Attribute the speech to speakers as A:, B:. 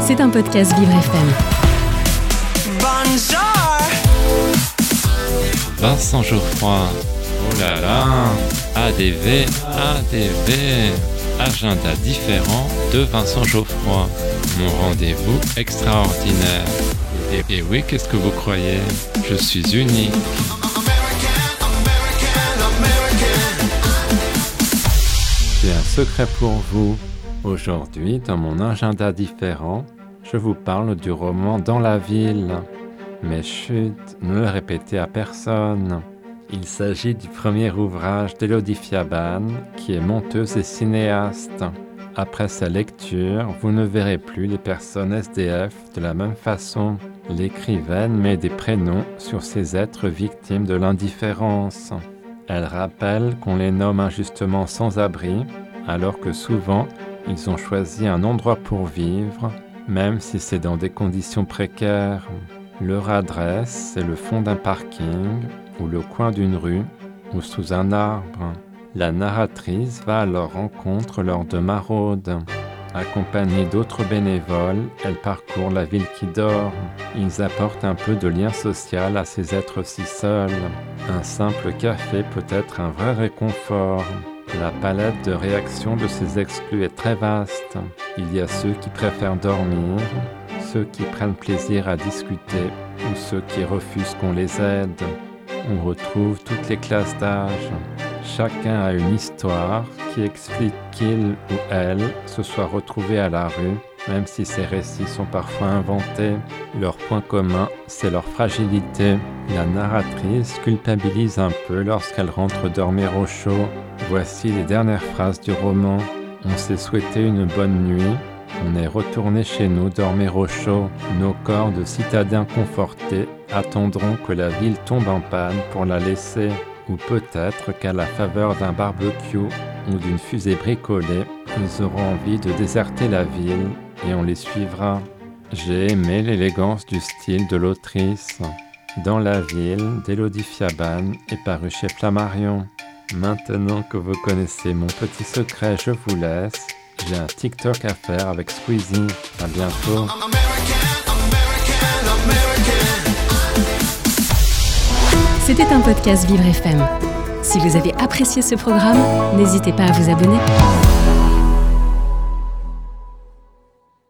A: C'est un podcast Vivre FM.
B: Bonjour.
C: Vincent Geoffroy, oh là là, ADV, agenda différent de Vincent Geoffroy, mon rendez-vous extraordinaire. Et oui, qu'est-ce que vous croyez? Je suis unique. J'ai un secret pour vous. Aujourd'hui, dans mon agenda différent, je vous parle du roman Dans la ville. Mais chut, ne le répétez à personne. Il s'agit du premier ouvrage d'Élodie Fiaban, qui est monteuse et cinéaste. Après sa lecture, vous ne verrez plus les personnes SDF de la même façon. L'écrivaine met des prénoms sur ces êtres victimes de l'indifférence. Elle rappelle qu'on les nomme injustement sans-abri, alors que souvent, ils ont choisi un endroit pour vivre, même si c'est dans des conditions précaires. Leur adresse, c'est le fond d'un parking, ou le coin d'une rue, ou sous un arbre. La narratrice va à leur rencontre lors de maraudes. Accompagnée d'autres bénévoles, elle parcourt la ville qui dort. Ils apportent un peu de lien social à ces êtres si seuls. Un simple café peut être un vrai réconfort. La palette de réactions de ces exclus est très vaste. Il y a ceux qui préfèrent dormir, ceux qui prennent plaisir à discuter ou ceux qui refusent qu'on les aide. On retrouve toutes les classes d'âge. Chacun a une histoire qui explique qu'il ou elle se soit retrouvé à la rue, même si ces récits sont parfois inventés. Leur point commun, c'est leur fragilité. La narratrice culpabilise un peu lorsqu'elle rentre dormir au chaud. Voici les dernières phrases du roman. On s'est souhaité une bonne nuit. On est retourné chez nous dormir au chaud. Nos corps de citadins confortés attendront que la ville tombe en panne pour la laisser. Ou peut-être qu'à la faveur d'un barbecue ou d'une fusée bricolée, ils auront envie de déserter la ville et on les suivra. J'ai aimé l'élégance du style de l'autrice. Dans la ville d'Élodie Fiaban est paru chez Flammarion. Maintenant que vous connaissez mon petit secret, je vous laisse. J'ai un TikTok à faire avec Squeezie. À bientôt.
A: C'était un podcast Vivre FM. Si vous avez apprécié ce programme, n'hésitez pas à vous abonner.